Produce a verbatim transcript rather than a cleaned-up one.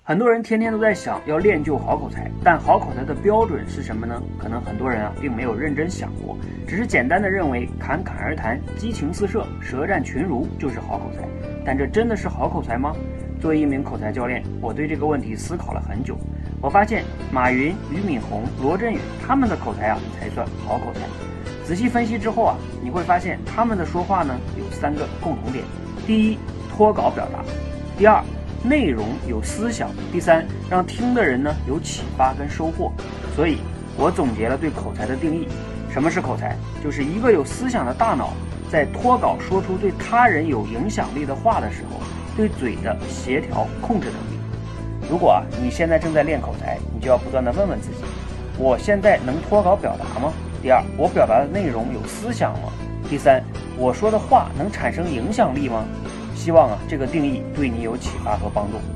很多人天天都在想要练就好口才，但好口才的标准是什么呢？可能很多人啊并没有认真想过，只是简单的认为侃侃而谈、激情四射、舌战群儒就是好口才。但这真的是好口才吗？作为一名口才教练，我对这个问题思考了很久。我发现马云、俞敏洪、罗振宇他们的口才啊才算好口才。仔细分析之后啊，你会发现他们的说话呢有三个共同点：第一，脱稿表达；第二，内容有思想；第三，让听的人呢有启发跟收获。所以我总结了对口才的定义。什么是口才？就是一个有思想的大脑在脱稿说出对他人有影响力的话的时候，对嘴的协调控制能力。如果啊你现在正在练口才，你就要不断的问问自己：我现在能脱稿表达吗？第二，我表达的内容有思想吗？第三，我说的话能产生影响力吗？希望啊这个定义对你有启发和帮助。